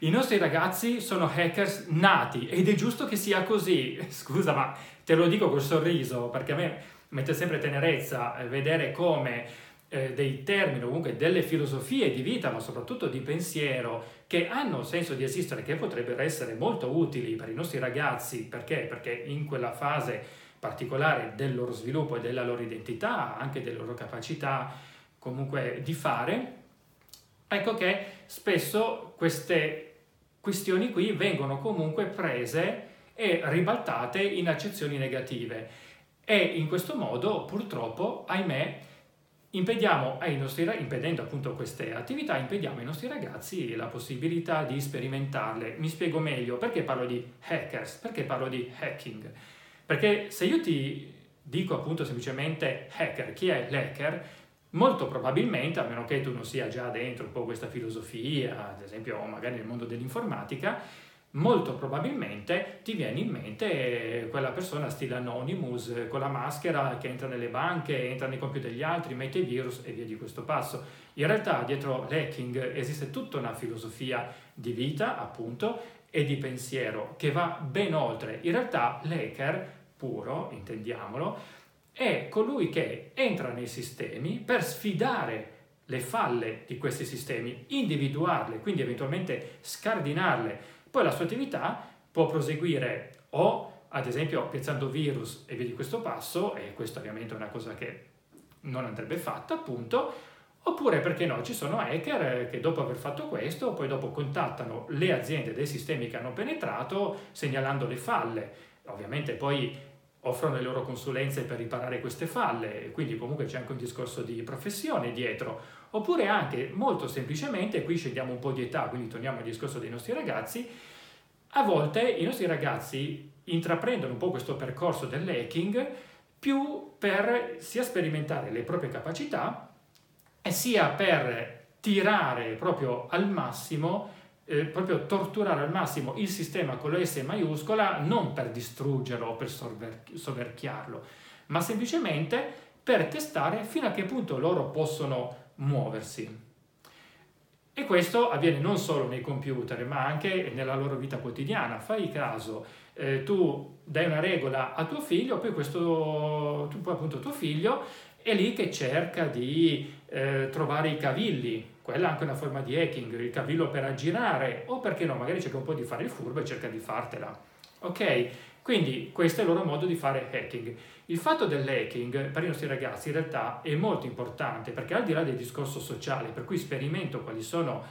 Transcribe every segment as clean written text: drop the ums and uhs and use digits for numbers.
I nostri ragazzi sono hackers nati ed è giusto che sia così. Scusa, ma te lo dico col sorriso, perché a me mette sempre tenerezza vedere come dei termini o comunque delle filosofie di vita, ma soprattutto di pensiero, che hanno senso di esistere, che potrebbero essere molto utili per i nostri ragazzi. Perché? Perché in quella fase particolare del loro sviluppo e della loro identità, anche delle loro capacità comunque di fare, ecco che spesso queste questioni qui vengono comunque prese e ribaltate in accezioni negative e in questo modo purtroppo, ahimè, impedendo appunto queste attività, impediamo ai nostri ragazzi la possibilità di sperimentarle. Mi spiego meglio, perché parlo di hackers, perché parlo di hacking? Perché se io ti dico appunto semplicemente hacker, chi è l'hacker? Molto probabilmente, a meno che tu non sia già dentro un po' questa filosofia, ad esempio magari nel mondo dell'informatica, molto probabilmente ti viene in mente quella persona stile Anonymous con la maschera che entra nelle banche, entra nei computer degli altri, mette i virus e via di questo passo. In realtà dietro l'hacking esiste tutta una filosofia di vita, appunto, e di pensiero che va ben oltre. In realtà l'hacker puro, intendiamolo, è colui che entra nei sistemi per sfidare le falle di questi sistemi, individuarle, quindi eventualmente scardinarle. Poi la sua attività può proseguire o ad esempio piazzando virus e via di questo passo, e questo ovviamente è una cosa che non andrebbe fatta appunto, oppure perché no, ci sono hacker che dopo aver fatto questo poi dopo contattano le aziende dei sistemi che hanno penetrato segnalando le falle. Ovviamente poi offrono le loro consulenze per riparare queste falle, quindi comunque c'è anche un discorso di professione dietro, oppure anche molto semplicemente, qui scendiamo un po' di età, quindi torniamo al discorso dei nostri ragazzi, a volte i nostri ragazzi intraprendono un po' questo percorso dell'hacking più per sia sperimentare le proprie capacità e sia per tirare proprio al massimo proprio torturare al massimo il sistema con la S maiuscola, non per distruggerlo o per soverchiarlo, ma semplicemente per testare fino a che punto loro possono muoversi. E questo avviene non solo nei computer, ma anche nella loro vita quotidiana. Fai caso, tu dai una regola a tuo figlio, poi appunto tuo figlio è lì che cerca di trovare i cavilli. Quella è anche una forma di hacking, il cavillo per aggirare, o perché no, magari cerca un po' di fare il furbo e cerca di fartela. Ok? Quindi questo è il loro modo di fare hacking. Il fatto dell'hacking per i nostri ragazzi in realtà è molto importante, perché al di là del discorso sociale, per cui sperimento quali sono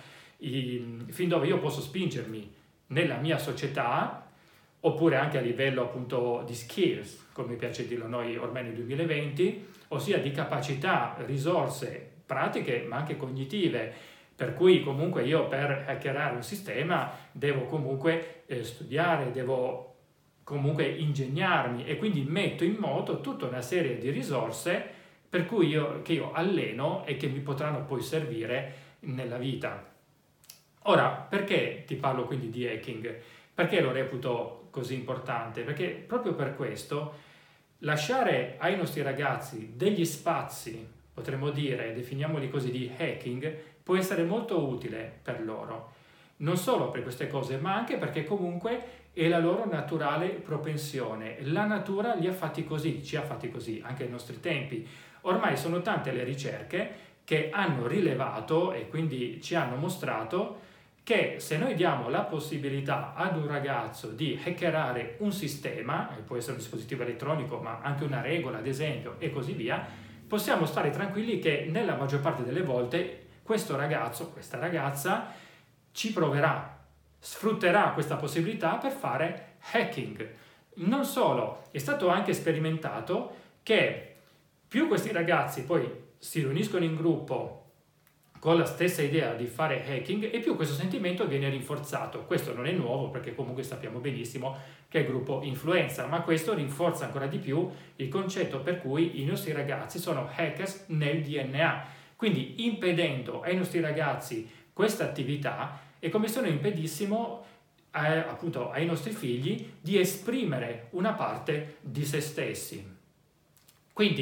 fin dove io posso spingermi nella mia società, oppure anche a livello appunto di skills, come piace dirlo noi ormai nel 2020, ossia di capacità, risorse pratiche ma anche cognitive, per cui comunque io per hackerare un sistema devo comunque studiare, devo comunque ingegnarmi e quindi metto in moto tutta una serie di risorse per cui che io alleno e che mi potranno poi servire nella vita. Ora, perché ti parlo quindi di hacking? Perché lo reputo così importante? Perché proprio per questo lasciare ai nostri ragazzi degli spazi, potremmo dire, definiamoli così, di hacking, può essere molto utile per loro. Non solo per queste cose, ma anche perché comunque è la loro naturale propensione. La natura li ha fatti così, ci ha fatti così, anche ai nostri tempi. Ormai sono tante le ricerche che hanno rilevato e quindi ci hanno mostrato che se noi diamo la possibilità ad un ragazzo di hackerare un sistema, può essere un dispositivo elettronico, ma anche una regola, ad esempio, e così via, possiamo stare tranquilli che nella maggior parte delle volte questo ragazzo, questa ragazza, ci proverà, sfrutterà questa possibilità per fare hacking. Non solo, è stato anche sperimentato che più questi ragazzi poi si riuniscono in gruppo con la stessa idea di fare hacking e più questo sentimento viene rinforzato. Questo non è nuovo perché comunque sappiamo benissimo che è il gruppo influenza, ma questo rinforza ancora di più il concetto per cui i nostri ragazzi sono hackers nel DNA. Quindi impedendo ai nostri ragazzi questa attività è come se noi impedissimo appunto ai nostri figli di esprimere una parte di se stessi. Quindi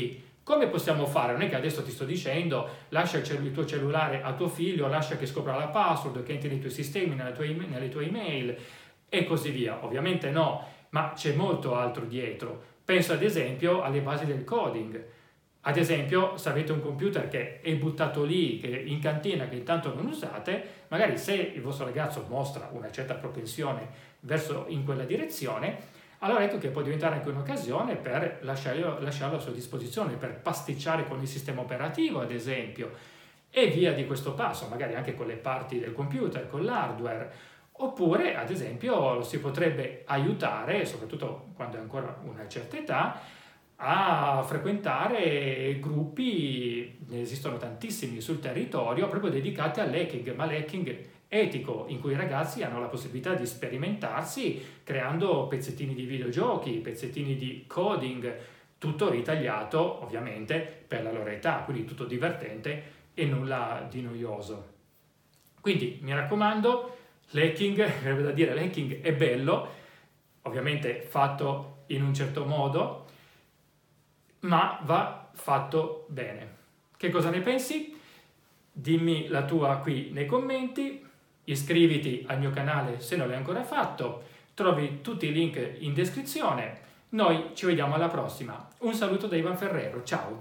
Come possiamo fare? Non è che adesso ti sto dicendo lascia il tuo cellulare a tuo figlio, lascia che scopra la password, che entri nei tuoi sistemi, nelle tue email e così via. Ovviamente no, ma c'è molto altro dietro. Penso ad esempio alle basi del coding. Ad esempio, se avete un computer che è buttato lì, che in cantina, che intanto non usate, magari se il vostro ragazzo mostra una certa propensione verso in quella direzione, allora ecco che può diventare anche un'occasione per lasciarlo a sua disposizione, per pasticciare con il sistema operativo, ad esempio, e via di questo passo, magari anche con le parti del computer, con l'hardware. Oppure, ad esempio, lo si potrebbe aiutare, soprattutto quando è ancora una certa età, a frequentare gruppi, ne esistono tantissimi sul territorio, proprio dedicati all'hacking, ma l'hacking etico, in cui i ragazzi hanno la possibilità di sperimentarsi creando pezzettini di videogiochi, pezzettini di coding, tutto ritagliato ovviamente per la loro età, quindi tutto divertente e nulla di noioso. Quindi mi raccomando, l'hacking è bello, ovviamente fatto in un certo modo, ma va fatto bene. Che cosa ne pensi? Dimmi la tua qui nei commenti, iscriviti al mio canale se non l'hai ancora fatto, trovi tutti i link in descrizione. Noi ci vediamo alla prossima. Un saluto da Ivan Ferrero, ciao!